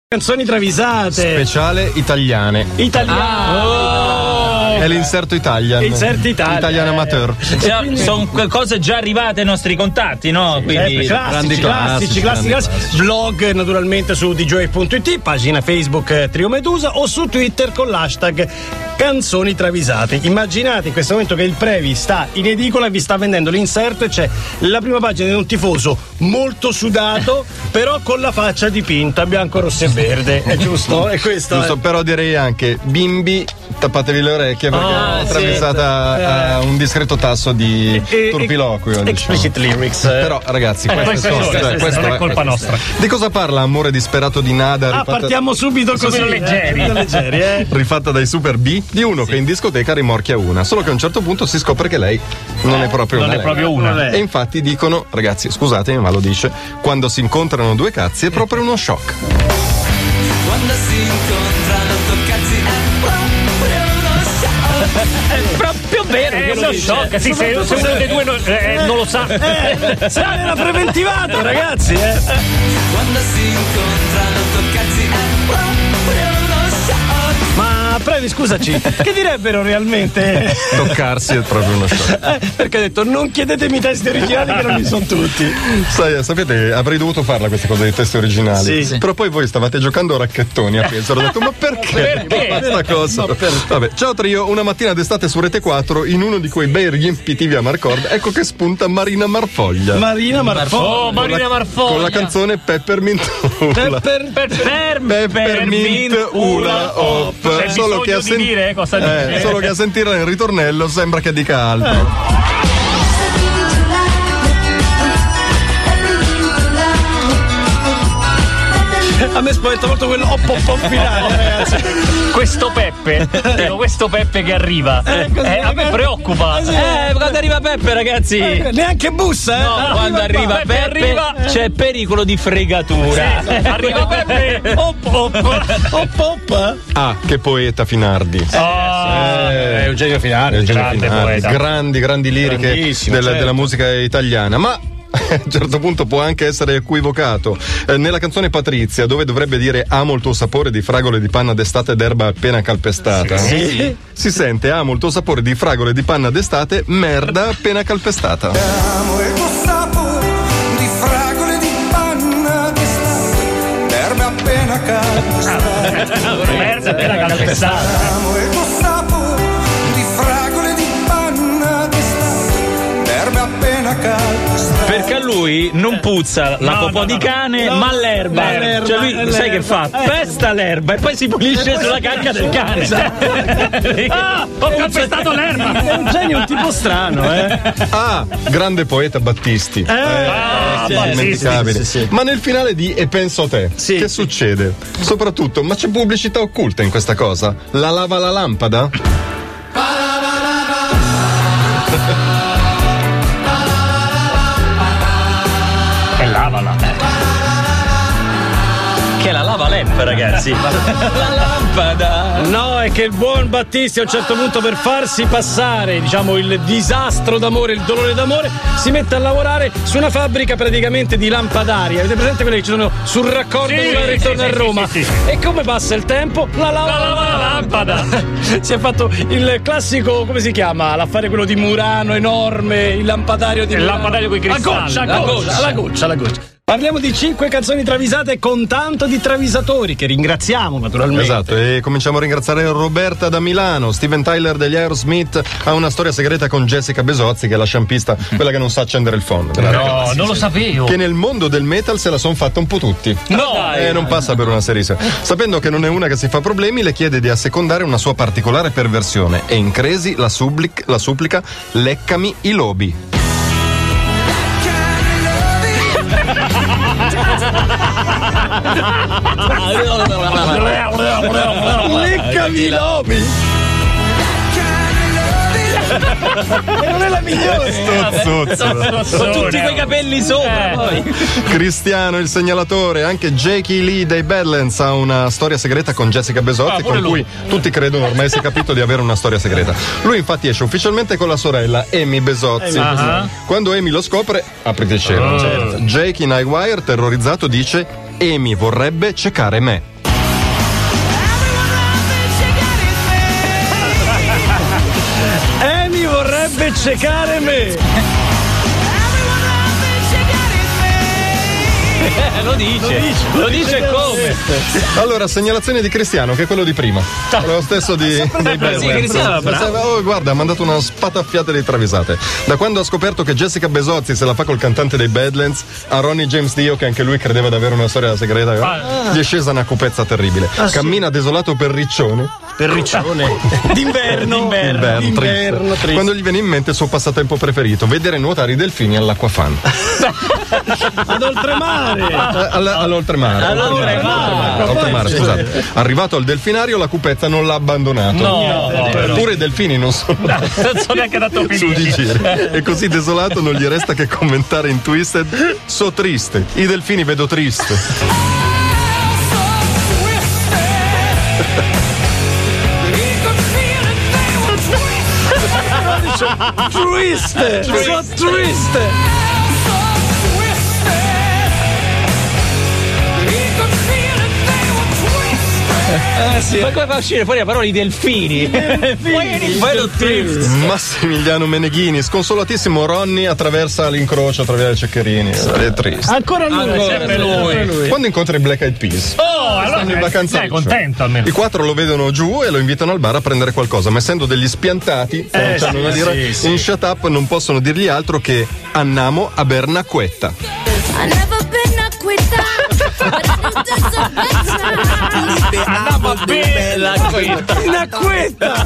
Canzoni travisate. Speciale italiane. Italiano. È l'inserto Italian. Inserto Italian. Italian amateur. Sono cose già arrivate ai nostri contatti, no? Quindi classici. Blog naturalmente su dj.it, pagina Facebook Trio Medusa o su Twitter con l'hashtag Canzoni travisate. Immaginate in questo momento che il Previ sta in edicola e vi sta vendendo l'inserto e c'è la prima pagina di un tifoso molto sudato però con la faccia dipinta bianco, rosso e verde. È giusto? È questo? Giusto, però direi anche bimbi, tappatevi le orecchie perché è travisata a un discreto tasso di turpiloquio. Explicit lyrics. Però ragazzi, questa non è colpa nostra. Di cosa parla Amore disperato di Nada? Partiamo subito così. Leggeri. Rifatta dai Super B, di uno che in discoteca rimorchia una, solo che a un certo punto si scopre che lei non è proprio una. E infatti dicono, ragazzi scusatemi ma lo dice, quando si incontrano due cazzi è proprio uno shock. Quando si incontrano due cazzi è proprio vero che lo shock. Sì, se uno dei due non lo sa. Era preventivato, ragazzi. Quando si incontrano due cazzi Ma Previ, scusaci, che direbbero realmente? Toccarsi è proprio uno shock. Perché ha detto non chiedetemi i testi originali che non li sono tutti. Sapete, avrei dovuto farla questa cosa dei testi originali. Sì. Però poi voi stavate giocando a racchettoni a penso. Ho detto, ma perché? Questa cosa? Vabbè, ciao Trio, una mattina d'estate su Rete 4, in uno di quei bei riempitivi a Marcord, ecco che spunta Marina Marfoglia. Marina Marfoglia. Oh, Marina Marfoglia. Con la canzone Peppermint Ula. Peppermint Ula Hop. Solo che a sentire il ritornello sembra che dica altro. A me spaventa molto quello hop finale, ragazzi. Questo Peppe che arriva a me preoccupa. Quando arriva Peppe, ragazzi, neanche bussa, no, quando arriva Peppe c'è pericolo di fregatura. Arriva Peppe, hop. Ah, che poeta Finardi. È Eugenio Finardi, grande poeta. Grandi liriche della musica italiana, ma a un certo punto può anche essere equivocato. Nella canzone Patrizia, dove dovrebbe dire amo il tuo sapore di fragole di panna d'estate ed erba appena calpestata, si sente amo il tuo sapore di fragole di panna d'estate, merda appena calpestata. Amo il tuo sapore di fragole di panna d'estate, erba appena calpestata. merda appena calpestata. Amo il tuo sapore di fragole di panna d'estate, erba appena calpestata. Perché a lui non puzza la popò di cane, ma l'erba. Cioè lui sai che fa? Pesta l'erba e poi si pulisce sulla cacca del cane. Ho calpestato l'erba. Eugenio è un tipo strano, grande poeta Battisti. Indimenticabile. Sì. Ma nel finale di E penso a te, che succede? Soprattutto, ma c'è pubblicità occulta in questa cosa? La lava la lampada? Che la lava lamp, ragazzi. La lampada. No, è che il buon Battisti a un certo punto, per farsi passare, diciamo, il disastro d'amore, il dolore d'amore, si mette a lavorare su una fabbrica praticamente di lampadari. Avete presente quelle che ci sono sul raccordo quando ritorno a Roma? Sì. E come passa il tempo? La lampada. Si è fatto il classico, come si chiama? L'affare quello di Murano enorme, il lampadario di Murano. Il lampadario con i cristalli. La goccia. Parliamo di 5 canzoni travisate con tanto di travisatori che ringraziamo naturalmente. Esatto, e cominciamo a ringraziare Roberta da Milano. Steven Tyler degli Aerosmith ha una storia segreta con Jessica Besozzi, che è la sciampista, quella che non sa accendere il phon. No, non lo sapevo. Che nel mondo del metal se la son fatta un po' tutti. Non passa per una serissima. Sapendo che non è una che si fa problemi, le chiede di assecondare una sua particolare perversione e in crisi la supplica leccami i lobi. Leccami lobi. E non è la migliore. Con tutti quei capelli sopra poi. Cristiano il segnalatore, anche Jakey Lee dei Badlands ha una storia segreta con Jessica Besozzi, con cui tutti credono ormai si è capito di avere una storia segreta. Lui infatti esce ufficialmente con la sorella Amy Besozzi. Quando Amy lo scopre, aprite il cielo. Jake in Highwire, terrorizzato, dice Amy vorrebbe ciecare me. vorrebbe cercare me. Lo dice come? Allora, segnalazione di Cristiano, che è quello di prima. Lo stesso dei Badlands. Guarda, ha mandato una spataffiata di travisate. Da quando ha scoperto che Jessica Besozzi se la fa col cantante dei Badlands, a Ronnie James Dio, che anche lui credeva di avere una storia segreta, gli è scesa una cupezza terribile. Cammina desolato per Riccione. D'inverno, triste. Quando gli viene in mente il suo passatempo preferito, vedere nuotare i delfini all'acquafan. Ad oltremare. All'oltremare, scusate. Arrivato al delfinario, la cupezza non l'ha abbandonato. Pure i delfini non sono neanche dato su di giro. E così desolato non gli resta che commentare in Twisted: so triste, i delfini vedo triste. Triste, so triste. Sì. Ma come fa a uscire fuori la parola i delfini? Massimiliano Meneghini, sconsolatissimo Ronnie attraversa l'incrocio tra via Ceccherini. È triste. Ancora lui. Quando incontra i Black Eyed Peas, allora in vacanza, sei contento almeno. I quattro lo vedono giù e lo invitano al bar a prendere qualcosa, ma essendo degli spiantati, in shut up non possono dirgli altro che andiamo a Bernacquetta. Andava bene l'acquetta.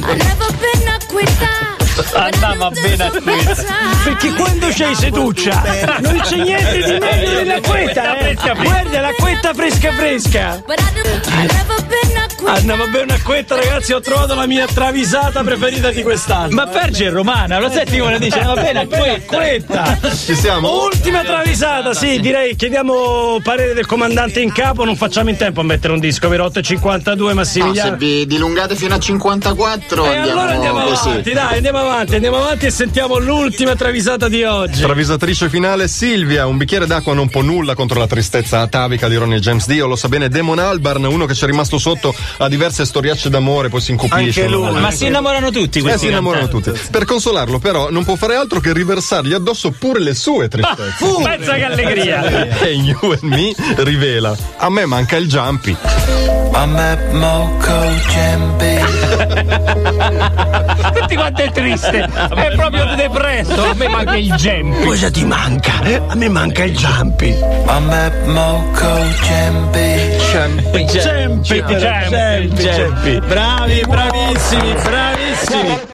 Andava bene a questa. Perché quando c'hai seduccia non c'è niente di meglio dell'acquetta. Guarda l'acquetta fresca. Andava bene un'acquetta, ragazzi. Ho trovato la mia travisata preferita di quest'anno. Ma Fergie è romana, lo sai come dice? Va bene, acquetta. Ci siamo? Ultima travisata, sì, direi. Chiediamo parere del comandante in capo. Non facciamo in tempo a mettere un disco, vero? 8:52, Massimiliano. No, se vi dilungate fino a 54 allora andiamo così. avanti, dai, andiamo avanti e sentiamo l'ultima travisata di oggi. Travisatrice finale Silvia, un bicchiere d'acqua non può nulla contro la tristezza atavica di Ronnie James Dio, lo sa bene Damon Albarn, uno che ci è rimasto sotto a diverse storiacce d'amore, poi si incupisce. Anche lui. Ma si innamorano tutti questi. Si innamorano tutti. Per consolarlo però non può fare altro che riversargli addosso pure le sue tristezze. Pensa che allegria. E You and Me rivela: a me manca il Jumpy. Tutti quanto è triste, è proprio depresso. A me manca il Jumpy. Cosa ti manca? A me manca il Jumpy. Jumpy. Bravi, bravissimi.